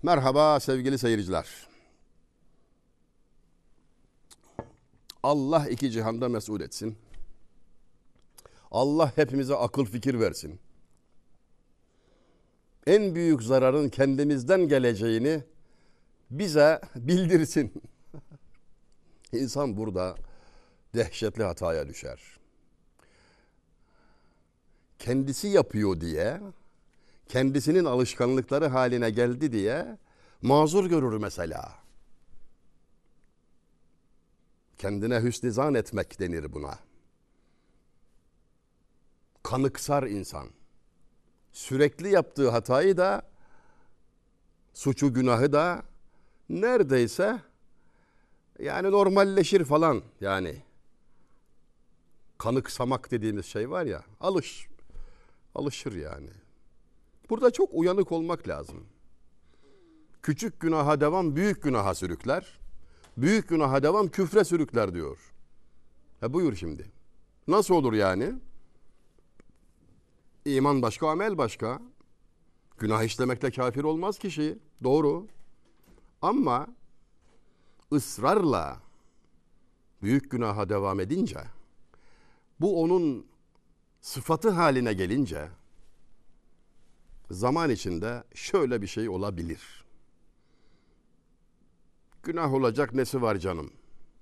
Merhaba sevgili seyirciler. Allah iki cihanda mesul etsin. Allah hepimize akıl fikir versin. En büyük zararın kendimizden geleceğini bize bildirsin. İnsan burada dehşetli hataya düşer. Kendisi yapıyor diye, kendisinin alışkanlıkları haline geldi diye mazur görür mesela. Kendine hüsnü zan etmek denir buna. Kanıksar insan. Sürekli yaptığı hatayı da, suçu günahı da neredeyse yani normalleşir falan yani. Kanıksamak dediğimiz şey var ya, alışır yani. Burada çok uyanık olmak lazım. Küçük günaha devam büyük günaha sürükler. Büyük günaha devam küfre sürükler diyor. Buyur şimdi. Nasıl olur yani? İman başka, amel başka. Günah işlemekle kafir olmaz kişi. Doğru. Ama ısrarla büyük günaha devam edince, bu onun sıfatı haline gelince zaman içinde şöyle bir şey olabilir. Günah olacak nesi var canım?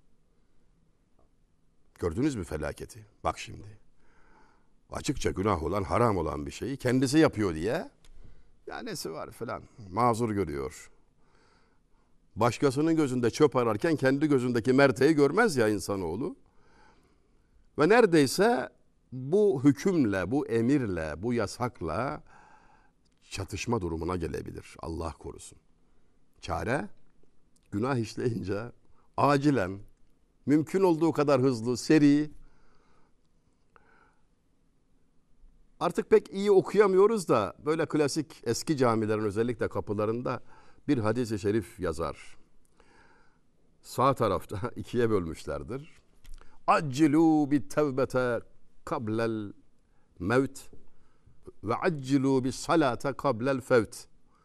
Gördünüz mü felaketi? Bak şimdi. Açıkça günah olan, haram olan bir şeyi kendisi yapıyor diye ya nesi var falan mazur görüyor. Başkasının gözünde çöp ararken kendi gözündeki merteği görmez ya insanoğlu. Ve neredeyse bu hükümle, bu emirle, bu yasakla çatışma durumuna gelebilir. Allah korusun. Çare, günah işleyince acilen, mümkün olduğu kadar hızlı, seri. Artık pek iyi okuyamıyoruz da böyle klasik eski camilerin özellikle kapılarında bir hadis-i şerif yazar. Sağ tarafta ikiye bölmüşlerdir. Accilu bit tevbete kablel mevt ve accilu bis salate kablel fevt.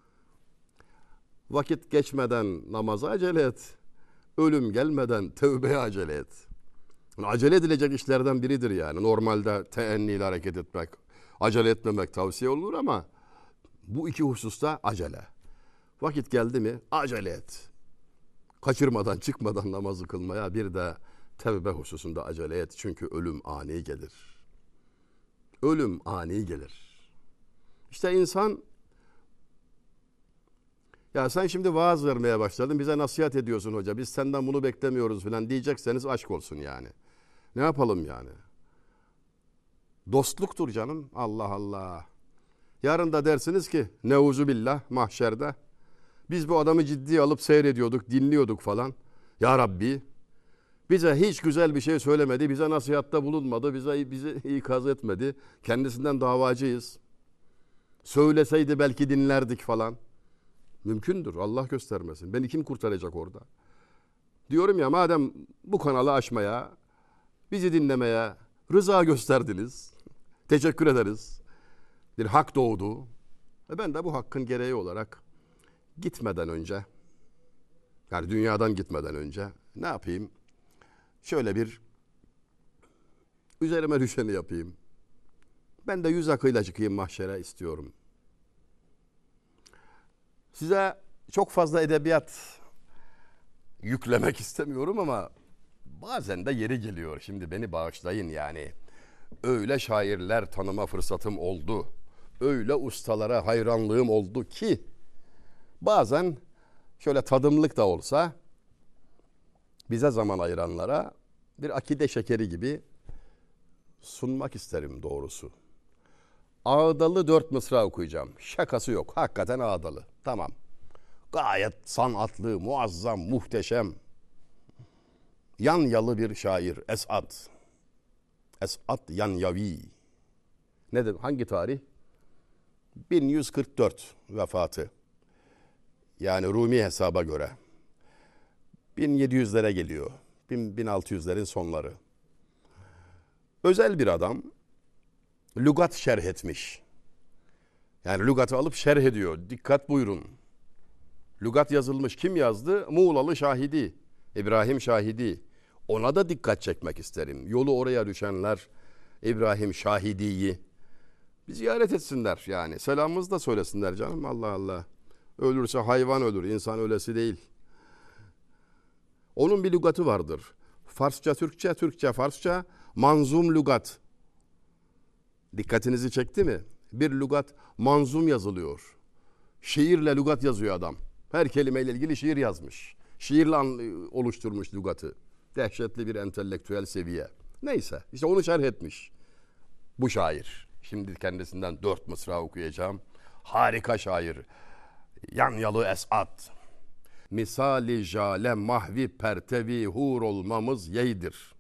Vakit geçmeden namaza acele et. Ölüm gelmeden tövbeye acele et. Yani acele edilecek işlerden biridir yani. Normalde teenniyle hareket etmek, acele etmemek tavsiye olur ama bu iki hususta acele. Vakit geldi mi acele et. Kaçırmadan çıkmadan namazı kılmaya, bir de tevbe hususunda acele et. Çünkü ölüm ani gelir. Ölüm ani gelir. İşte insan, ya sen şimdi vaaz vermeye başladın, bize nasihat ediyorsun hoca, biz senden bunu beklemiyoruz falan diyecekseniz aşk olsun yani. Ne yapalım yani? Dostluktur canım. Allah Allah. Yarın da dersiniz ki neuzubillah mahşerde biz bu adamı ciddiye alıp seyrediyorduk, dinliyorduk falan. Ya Rabbi bize hiç güzel bir şey söylemedi, bize nasihatta bulunmadı, bizi ikaz etmedi. Kendisinden davacıyız. Söyleseydi belki dinlerdik falan. Mümkündür, Allah göstermesin. Beni kim kurtaracak orada? Diyorum ya, madem bu kanalı açmaya, bizi dinlemeye rıza gösterdiniz. Teşekkür ederiz. Bir hak doğdu. Ben de bu hakkın gereği olarak gitmeden önce, yani dünyadan gitmeden önce ne yapayım? Şöyle bir üzerime düşeni yapayım. Ben de yüz akıyla çıkayım mahşere istiyorum. Size çok fazla edebiyat yüklemek istemiyorum ama bazen de yeri geliyor. Şimdi beni bağışlayın yani. Öyle şairler tanıma fırsatım oldu. Öyle ustalara hayranlığım oldu ki bazen şöyle tadımlık da olsa bize zaman ayıranlara bir akide şekeri gibi sunmak isterim doğrusu. Ağdalı 4 mısra okuyacağım. Şakası yok. Hakikaten ağdalı. Tamam. Gayet sanatlı, muazzam, muhteşem. Yanyalı bir şair. Esat Yanyavi. Nedir? Hangi tarih? 1144 vefatı. Yani Rumi hesaba göre. 1700'lere geliyor. 1600'lerin sonları. Özel bir adam. Lügat şerh etmiş. Yani lügatı alıp şerh ediyor. Dikkat buyurun. Lügat yazılmış. Kim yazdı? Muğlalı Şahidi. İbrahim Şahidi. Ona da dikkat çekmek isterim. Yolu oraya düşenler İbrahim Şahidi'yi bir ziyaret etsinler yani. Selamımızı da söylesinler canım. Allah Allah. Ölürse hayvan ölür. İnsan ölesi değil. Onun bir lügatı vardır. Farsça, Türkçe, Türkçe, Farsça, manzum lügat. Dikkatinizi çekti mi? Bir lügat manzum yazılıyor. Şiirle lügat yazıyor adam. Her kelimeyle ilgili şiir yazmış. Şiirle oluşturmuş lügatı. Dehşetli bir entelektüel seviye. Neyse işte onu şerh etmiş bu şair. Şimdi kendisinden 4 mısra okuyacağım. Harika şair. Yanyalı Esat. Misali jale mahvi pertevi hur olmamız yeydir.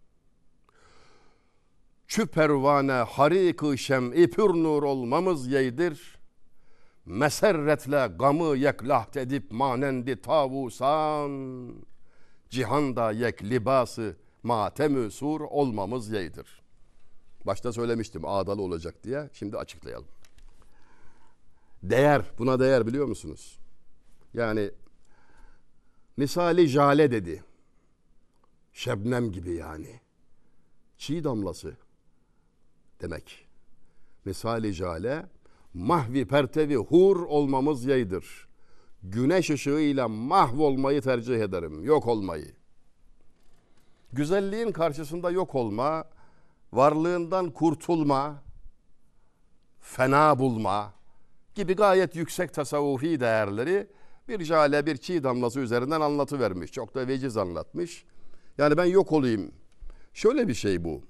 Çü pervane harik-ı şem'i pür nur olmamız yeydir. Meserretle gamı yeklah edip manendi tavusan. Cihanda yek libası matemü sur olmamız yeydir. Başta söylemiştim ağdalı olacak diye. Şimdi açıklayalım. Değer, buna değer biliyor musunuz? Yani misali jale dedi. Şebnem gibi yani. Çiğ damlası demek. Misali jale, mahvi pertevi hur olmamız yeydir. Güneş ışığıyla mahvolmayı tercih ederim, yok olmayı. Güzelliğin karşısında yok olma, varlığından kurtulma, fena bulma gibi gayet yüksek tasavvufi değerleri bir jale, bir çiğ damlası üzerinden anlatıvermiş. Çok da veciz anlatmış. Yani ben yok olayım. Şöyle bir şey bu.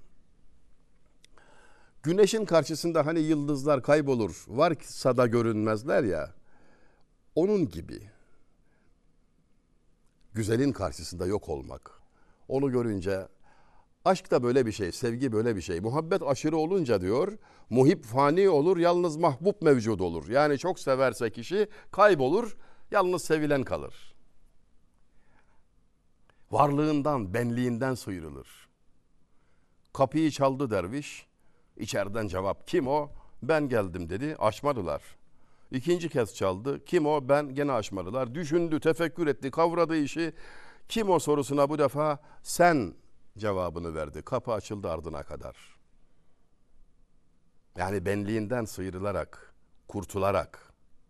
Güneşin karşısında hani yıldızlar kaybolur, varsa da görünmezler ya. Onun gibi. Güzelin karşısında yok olmak. Onu görünce aşk da böyle bir şey, sevgi böyle bir şey. Muhabbet aşırı olunca diyor, muhib fani olur, yalnız mahbub mevcud olur. Yani çok severse kişi kaybolur, yalnız sevilen kalır. Varlığından, benliğinden sıyrılır. Kapıyı çaldı derviş, içeriden cevap, kim o? Ben geldim dedi, açmadılar. İkinci kez çaldı, kim o? Ben, gene açmadılar. Düşündü, tefekkür etti, kavradı işi. Kim o sorusuna bu defa sen cevabını verdi. Kapı açıldı ardına kadar. Yani benliğinden sıyrılarak, kurtularak.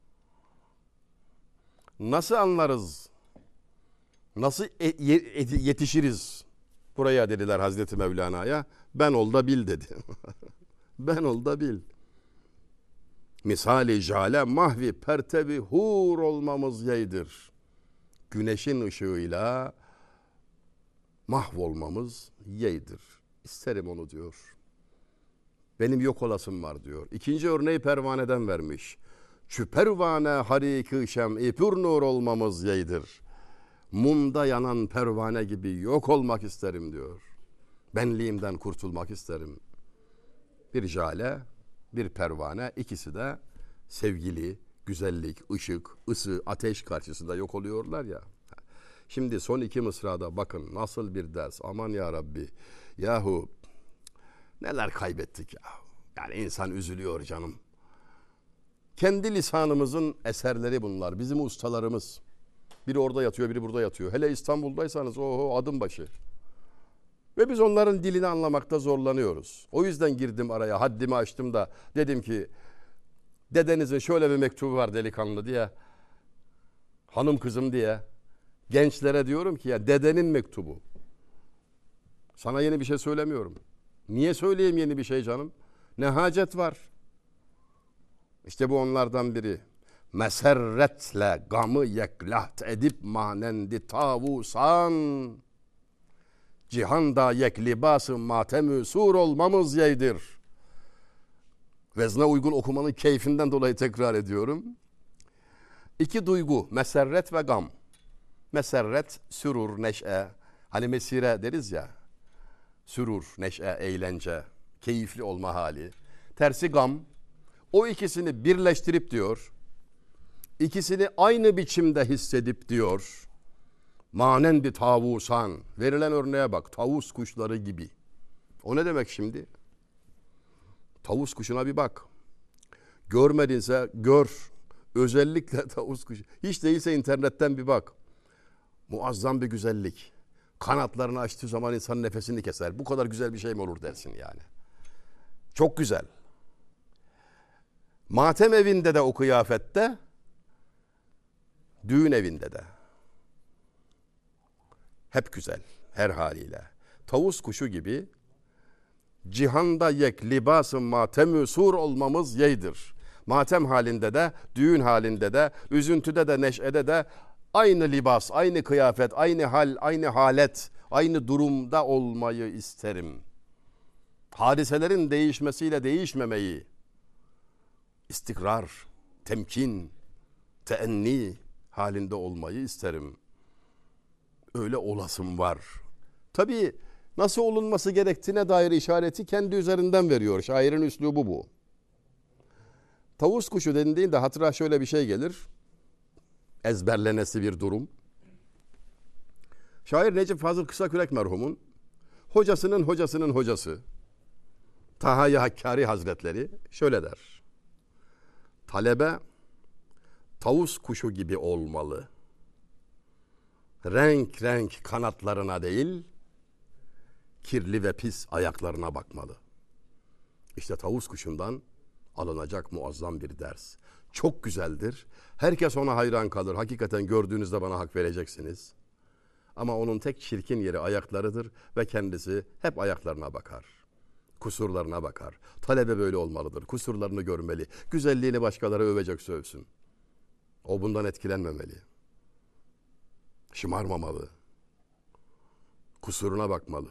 Nasıl anlarız? Nasıl yetişiriz? Buraya dediler Hazreti Mevlana'ya. Ben ol da bil dedi. Ben ol da bil. Misali jale mahvi pertevi hur olmamız yeydir. Güneşin ışığıyla mahvolmamız yeydir. İsterim onu diyor. Benim yok olasım var diyor. İkinci örneği pervaneden vermiş. Şu pervane harik-ı şem'i pür nur olmamız yeydir. Mumda yanan pervane gibi yok olmak isterim diyor. Benliğimden kurtulmak isterim. Bir jale, bir pervane, ikisi de sevgili, güzellik, ışık, ısı, ateş karşısında yok oluyorlar ya. Şimdi son 2 mısrada bakın nasıl bir ders. Aman ya Rabbi. Yahu neler kaybettik ya. Yani insan üzülüyor canım. Kendi lisanımızın eserleri bunlar. Bizim ustalarımız. Biri orada yatıyor, biri burada yatıyor. Hele İstanbul'daysanız oho adım başı. Ve biz onların dilini anlamakta zorlanıyoruz. O yüzden girdim araya, haddimi aştım da dedim ki dedenizin şöyle bir mektubu var delikanlı diye, hanım kızım diye. Gençlere diyorum ki ya dedenin mektubu. Sana yeni bir şey söylemiyorum. Niye söyleyeyim yeni bir şey canım? Ne hacet var? İşte bu onlardan biri. Meserretle gamı yeklat edip manendi tavusan. Cihanda yek libası matemü sur olmamız yeydir. Vezne uygun okumanın keyfinden dolayı tekrar ediyorum. 2 duygu, meserret ve gam. Meserret, sürur, neşe. Hani mesire deriz ya. Sürur, neşe, eğlence, keyifli olma hali. Tersi gam. O ikisini birleştirip diyor. İkisini aynı biçimde hissedip diyor. Manen bir tavusan. Verilen örneğe bak. Tavus kuşları gibi. O ne demek şimdi? Tavus kuşuna bir bak. Görmedinse gör. Özellikle tavus kuşu. Hiç değilse internetten bir bak. Muazzam bir güzellik. Kanatlarını açtığı zaman insan nefesini keser. Bu kadar güzel bir şey mi olur dersin yani. Çok güzel. Matem evinde de o kıyafette, düğün evinde de. Hep güzel her haliyle. Tavus kuşu gibi cihanda yek libas-ı matem-ü sur olmamız yeydir. Matem halinde de, düğün halinde de, üzüntüde de, neşede de aynı libas, aynı kıyafet, aynı hal, aynı halet, aynı durumda olmayı isterim. Hadiselerin değişmesiyle değişmemeyi, istikrar, temkin, teenni halinde olmayı isterim. Öyle olasım var. Tabii nasıl olunması gerektiğine dair işareti kendi üzerinden veriyor. Şairin üslubu bu. Tavus kuşu dendiğinde hatıra şöyle bir şey gelir. Ezberlenesi bir durum. Şair Necip Fazıl Kısakürek merhumun hocasının hocası Taha-i Hakkari Hazretleri şöyle der. Talebe tavus kuşu gibi olmalı. Renk renk kanatlarına değil, kirli ve pis ayaklarına bakmalı. İşte tavus kuşundan alınacak muazzam bir ders. Çok güzeldir. Herkes ona hayran kalır. Hakikaten gördüğünüzde bana hak vereceksiniz. Ama onun tek çirkin yeri ayaklarıdır ve kendisi hep ayaklarına bakar. Kusurlarına bakar. Talebe böyle olmalıdır. Kusurlarını görmeli. Güzelliğini başkaları övecek sövsün. O bundan etkilenmemeli. Şımarmamalı. Kusuruna bakmalı.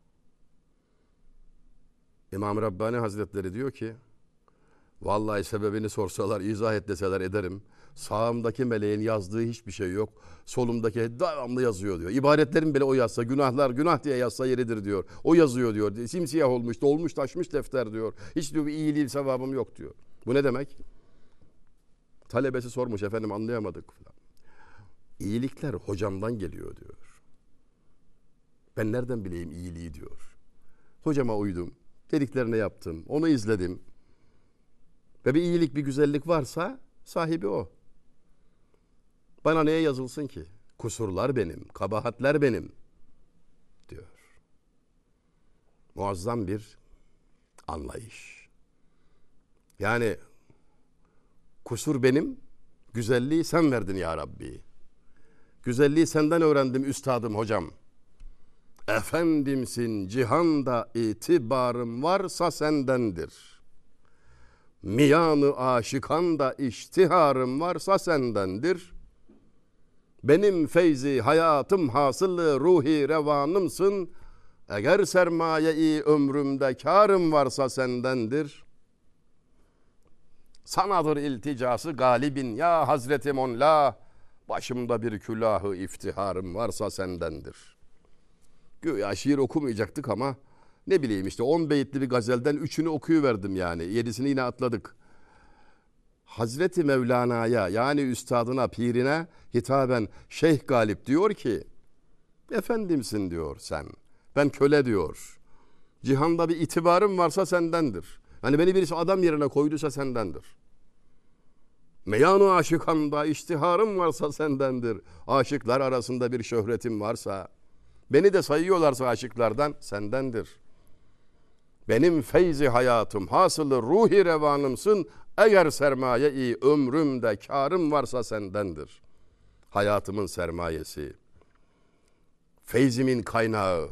İmam Rabbani Hazretleri diyor ki, vallahi sebebini sorsalar, izah et deseler ederim. Sağımdaki meleğin yazdığı hiçbir şey yok. Solumdaki devamlı yazıyor diyor. İbaretlerim bile o yazsa, günahlar günah diye yazsa yeridir diyor. O yazıyor diyor. Simsiyah olmuş, dolmuş, taşmış defter diyor. Hiç diyor bir iyiliğim, sevabım yok diyor. Bu ne demek? Talebesi sormuş, efendim anlayamadık falan. İyilikler hocamdan geliyor diyor. Ben nereden bileyim iyiliği diyor. Hocama uydum, dediklerini yaptım, onu izledim. Ve bir iyilik, bir güzellik varsa sahibi o. Bana neye yazılsın ki? Kusurlar benim, kabahatler benim diyor. Muazzam bir anlayış. Yani kusur benim, güzelliği sen verdin ya Rabbi. Güzelliği senden öğrendim üstadım hocam. Efendimsin cihanda itibarım varsa sendendir. Miyanı aşikanda iştiharım varsa sendendir. Benim feyzi hayatım hasılı ruhi revanımsın. Eğer sermaye-i ömrümde kârım varsa sendendir. Sanadır ilticası galibin ya Hazreti Monla. Başımda bir külahı iftiharım varsa sendendir. Güya şiir okumayacaktık ama ne bileyim işte 10 beyitli bir gazelden 3'ünü okuyuverdim yani. 7'sini yine atladık. Hazreti Mevlana'ya yani üstadına, pirine hitaben Şeyh Galip diyor ki, efendimsin diyor sen. Ben köle diyor. Cihanda bir itibarım varsa sendendir. Hani beni birisi adam yerine koyduysa sendendir. Meyanu aşıkanda iştiharım varsa sendendir. Aşıklar arasında bir şöhretim varsa, beni de sayıyorlarsa aşıklardan sendendir. Benim feyzi hayatım hasılı ruhi revanımsın. Eğer sermaye-i ömrümde kârım varsa sendendir. Hayatımın sermayesi, feyzimin kaynağı,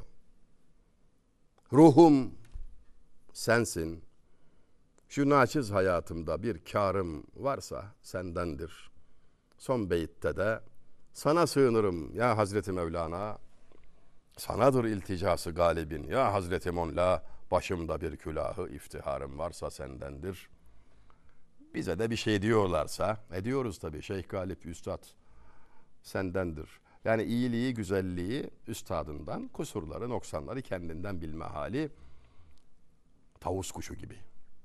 ruhum sensin. Şu naçiz hayatımda bir kârım varsa sendendir. Son beyitte de sana sığınırım ya Hazreti Mevlana. Sanadır ilticası galibin ya Hazreti Monla. Başımda bir külahı iftiharım varsa sendendir. Bize de bir şey diyorlarsa, ediyoruz tabii Şeyh Galip Üstad sendendir. Yani iyiliği, güzelliği üstadından, kusurları, noksanları kendinden bilme hali tavus kuşu gibi.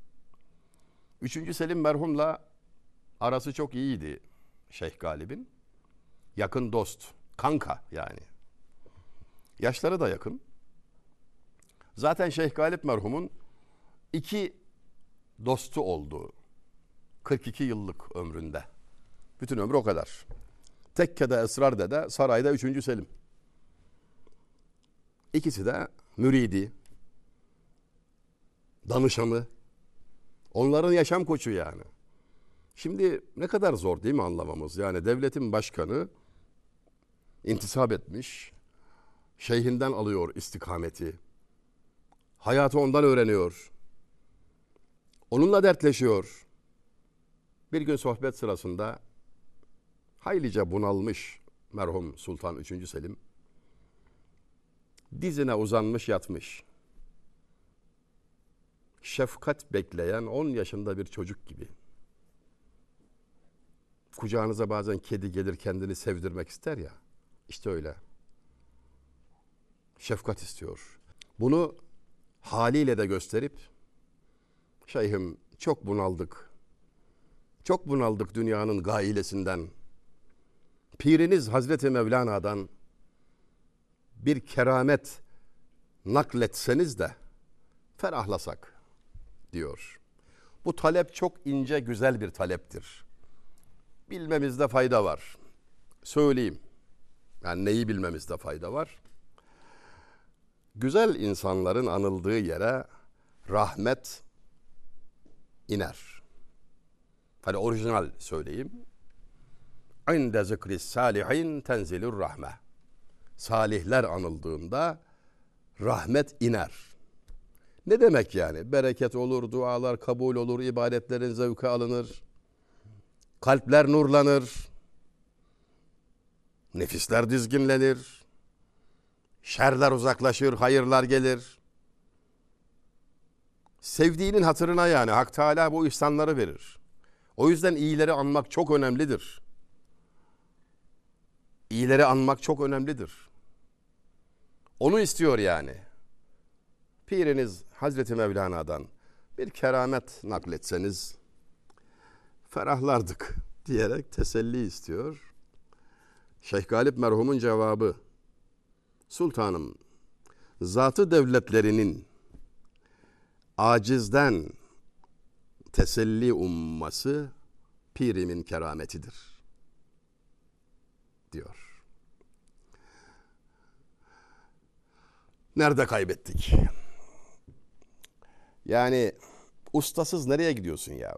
3. Selim merhumla arası çok iyiydi Şeyh Galip'in. Yakın dost, kanka yani. Yaşları da yakın. Zaten Şeyh Galip merhumun 2 dostu oldu 42 yıllık ömründe. Bütün ömrü o kadar. Tekke'de Esrar Dede, sarayda 3. Selim. İkisi de müridi, danışanı. Onların yaşam koçu yani. Şimdi ne kadar zor değil mi anlamamız? Yani devletin başkanı intisap etmiş, şeyhinden alıyor istikameti. Hayatı ondan öğreniyor. Onunla dertleşiyor. Bir gün sohbet sırasında haylice bunalmış merhum Sultan 3. Selim. Dizine uzanmış yatmış. Şefkat bekleyen 10 yaşında bir çocuk gibi. Kucağınıza bazen kedi gelir kendini sevdirmek ister ya. İşte öyle. Şefkat istiyor. Bunu haliyle de gösterip şeyhim çok bunaldık. Çok bunaldık dünyanın gailesinden. Piriniz Hazreti Mevlana'dan bir keramet nakletseniz de ferahlasak diyor. Bu talep çok ince, güzel bir taleptir. Bilmemizde fayda var. Söyleyeyim. Yani neyi bilmemizde fayda var? Güzel insanların anıldığı yere rahmet iner. Hani orijinal söyleyeyim. İnde zikris salihin tenzilur rahme. Salihler anıldığında rahmet iner. Ne demek yani? Bereket olur, dualar kabul olur, ibadetlerin zevke alınır. Kalpler nurlanır. Nefisler dizginlenir. Şerler uzaklaşır, hayırlar gelir. Sevdiğinin hatırına yani Hak Teâlâ bu ihsanları verir. O yüzden iyileri anmak çok önemlidir. İyileri anmak çok önemlidir. Onu istiyor yani. Piriniz Hazreti Mevlana'dan bir keramet nakletseniz ferahlardık diyerek teselli istiyor. Şeyh Galip merhumun cevabı: Sultanım, zatı devletlerinin acizden teselli umması pirimin kerametidir diyor. Nerede kaybettik? Yani ustasız nereye gidiyorsun ya?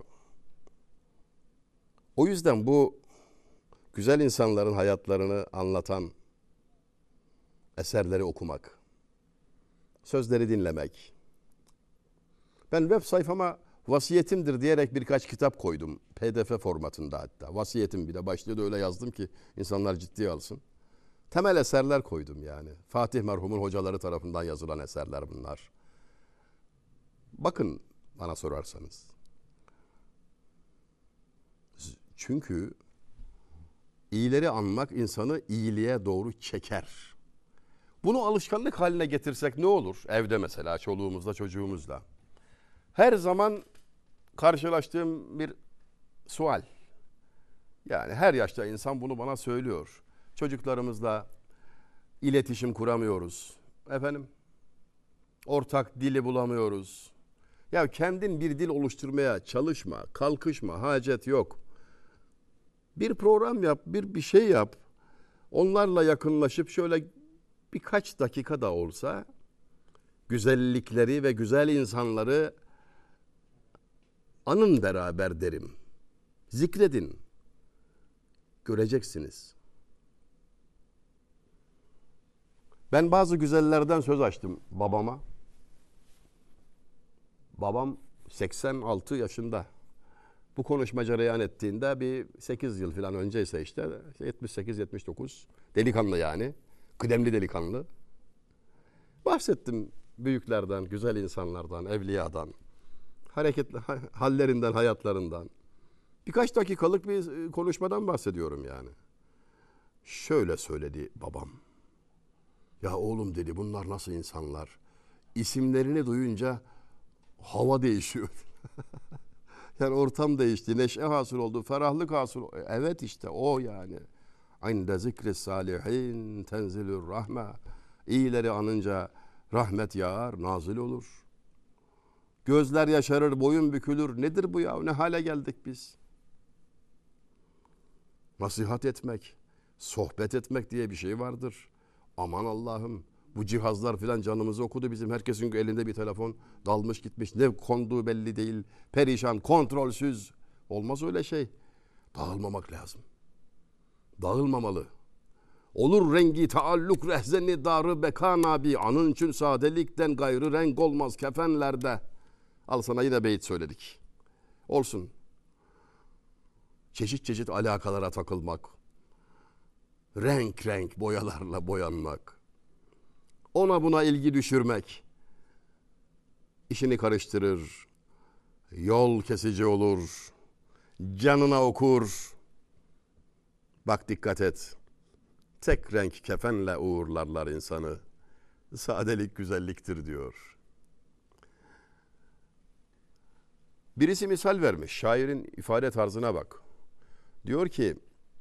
O yüzden bu güzel insanların hayatlarını anlatan eserleri okumak, sözleri dinlemek. Ben web sayfama vasiyetimdir diyerek birkaç kitap koydum. PDF formatında hatta. Vasiyetim, bir de başlığı da öyle yazdım ki insanlar ciddiye alsın. Temel eserler koydum yani. Fatih merhumun hocaları tarafından yazılan eserler bunlar. Bakın bana sorarsanız. Çünkü iyileri anmak insanı iyiliğe doğru çeker. Bunu alışkanlık haline getirsek ne olur? Evde mesela çoluğumuzla çocuğumuzla. Her zaman karşılaştığım bir sual. Yani her yaşta insan bunu bana söylüyor. Çocuklarımızla iletişim kuramıyoruz. Efendim, ortak dili bulamıyoruz. Ya kendin bir dil oluşturmaya çalışma, kalkışma, hacet yok. Bir program yap, bir şey yap. Onlarla yakınlaşıp şöyle birkaç dakika da olsa güzellikleri ve güzel insanları anın beraber derim. Zikredin. Göreceksiniz. Ben bazı güzellerden söz açtım babama. Babam 86 yaşında. Bu konuşma cereyan ettiğinde bir 8 yıl falan önceyse işte 78-79, delikanlı yani. Kıdemli delikanlı. Bahsettim büyüklerden, güzel insanlardan, evliyadan, hareketli hallerinden, hayatlarından. Birkaç dakikalık bir konuşmadan bahsediyorum yani. Şöyle söyledi babam. Ya oğlum dedi, bunlar nasıl insanlar? İsimlerini duyunca hava değişiyor. Yani ortam değişti, neşe hasıl oldu, ferahlık hasıl oldu. Evet işte o yani. İnde zikri salihin tenzilur rahme. İyileri anınca rahmet yağar, nazil olur. Gözler yaşarır, boyun bükülür. Nedir bu ya? Ne hale geldik biz? nasihat etmek, sohbet etmek diye bir şey vardır. Aman Allah'ım, bu cihazlar filan canımızı okudu bizim. Herkesin elinde bir telefon, dalmış gitmiş. Ne konduğu belli değil. Perişan, kontrolsüz. Olmaz öyle şey. Dağılmamak lazım. Dağılmamalı. Olur rengi taalluk rehzeni darı beka nabi. Anın için sadelikten gayrı renk olmaz kefenlerde. Al sana yine beyit söyledik. Olsun. Çeşit çeşit alakalara takılmak. Renk renk boyalarla boyanmak. Ona buna ilgi düşürmek. İşini karıştırır. Yol kesici olur. Canına okur. Bak dikkat et. Tek renk kefenle uğurlarlar insanı. Sadelik güzelliktir diyor. Birisi misal vermiş. Şairin ifade tarzına bak. Diyor ki,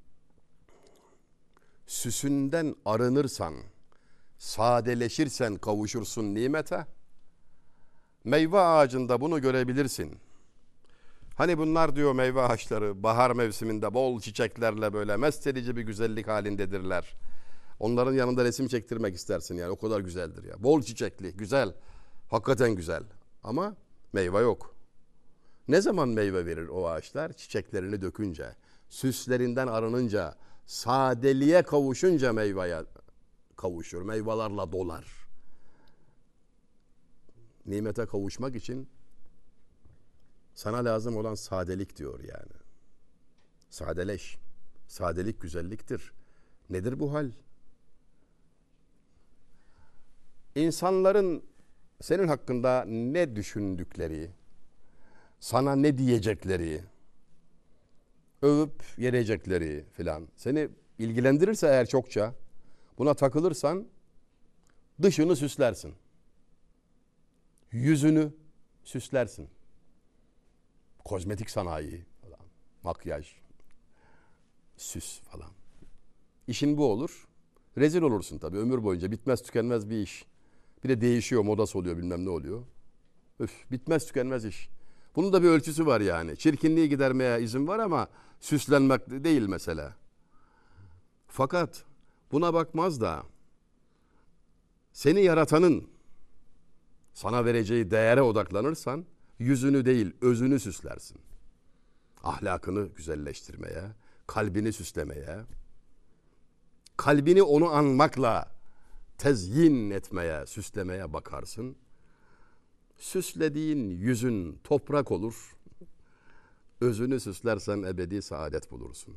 süsünden arınırsan, sadeleşirsen kavuşursun nimete. Meyve ağacında bunu görebilirsin. Hani bunlar diyor meyve ağaçları bahar mevsiminde bol çiçeklerle böyle mest edici bir güzellik halindedirler. Onların yanında resim çektirmek istersin yani, o kadar güzeldir ya. Bol çiçekli, güzel, hakikaten güzel ama meyve yok. Ne zaman meyve verir o ağaçlar? Çiçeklerini dökünce, süslerinden arınınca, sadeliğe kavuşunca meyveye kavuşur. Meyvelerle dolar. Nimete kavuşmak için sana lazım olan sadelik diyor yani. Sadeleş. Sadelik güzelliktir. Nedir bu hal? İnsanların senin hakkında ne düşündükleri, sana ne diyecekleri, övüp yerecekleri filan seni ilgilendirirse eğer çokça, buna takılırsan dışını süslersin. Yüzünü süslersin. Kozmetik sanayi falan, makyaj, süs falan. İşin bu olur. Rezil olursun tabii ömür boyunca. Bitmez tükenmez bir iş. Bir de değişiyor, modası oluyor, bilmem ne oluyor. Öf, bitmez tükenmez iş. Bunun da bir ölçüsü var yani. Çirkinliği gidermeye izin var ama süslenmek değil mesele. Fakat buna bakmaz da seni yaratanın sana vereceği değere odaklanırsan yüzünü değil özünü süslersin. Ahlakını güzelleştirmeye, kalbini süslemeye, kalbini onu anmakla tezyin etmeye, süslemeye bakarsın. Süslediğin yüzün toprak olur. Özünü süslersen ebedi saadet bulursun.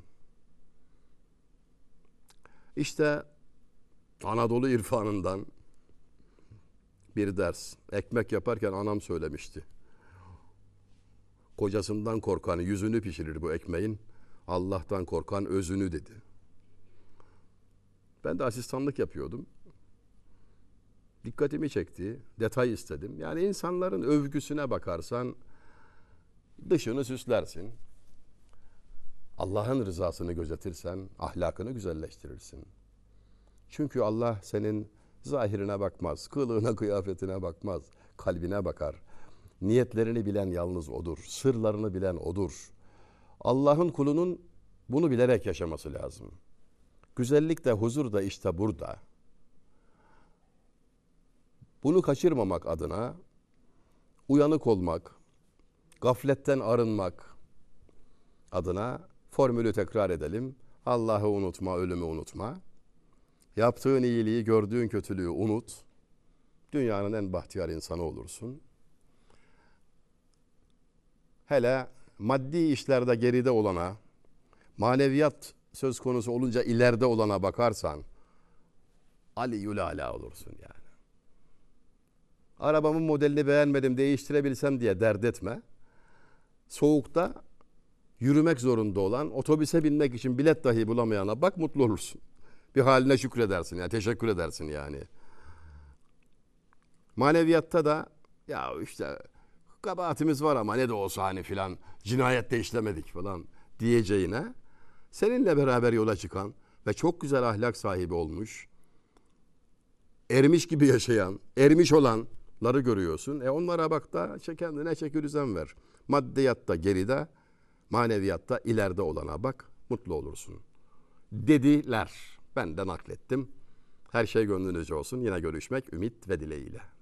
İşte Anadolu irfanından bir ders. Ekmek yaparken anam söylemişti. Kocasından korkan yüzünü pişirir bu ekmeğin. Allah'tan korkan özünü dedi. Ben de asistanlık yapıyordum. Dikkatimi çekti. Detay istedim. Yani insanların övgüsüne bakarsan dışını süslersin. Allah'ın rızasını gözetirsen ahlakını güzelleştirirsin. Çünkü Allah senin zahirine bakmaz, kılığına, kıyafetine bakmaz, kalbine bakar. Niyetlerini bilen yalnız O'dur, sırlarını bilen O'dur. Allah'ın kulunun bunu bilerek yaşaması lazım. Güzellik de huzur da işte burada. Bunu kaçırmamak adına uyanık olmak, gafletten arınmak adına formülü tekrar edelim. Allah'ı unutma, ölümü unutma. Yaptığın iyiliği, gördüğün kötülüğü unut. Dünyanın en bahtiyar insanı olursun. Hele maddi işlerde geride olana, maneviyat söz konusu olunca ileride olana bakarsan Aliül Ala olursun yani. Arabamın modelini beğenmedim, değiştirebilsem diye dert etme. Soğukta yürümek zorunda olan, otobüse binmek için bilet dahi bulamayana bak, mutlu olursun. Bir haline şükredersin yani, teşekkür edersin yani. Maneviyatta da ya işte kabahatimiz var ama ne de olsa hani filan cinayet de işlemedik falan diyeceğine seninle beraber yola çıkan ve çok güzel ahlak sahibi olmuş, ermiş gibi yaşayan, ermiş olanları görüyorsun. Onlara bak da kendine çeki düzen ver. Maddiyatta geride, maneviyatta ileride olana bak, mutlu olursun. dediler. Ben de naklettim. Her şey gönlünüzce olsun. Yine görüşmek ümit ve dileğiyle.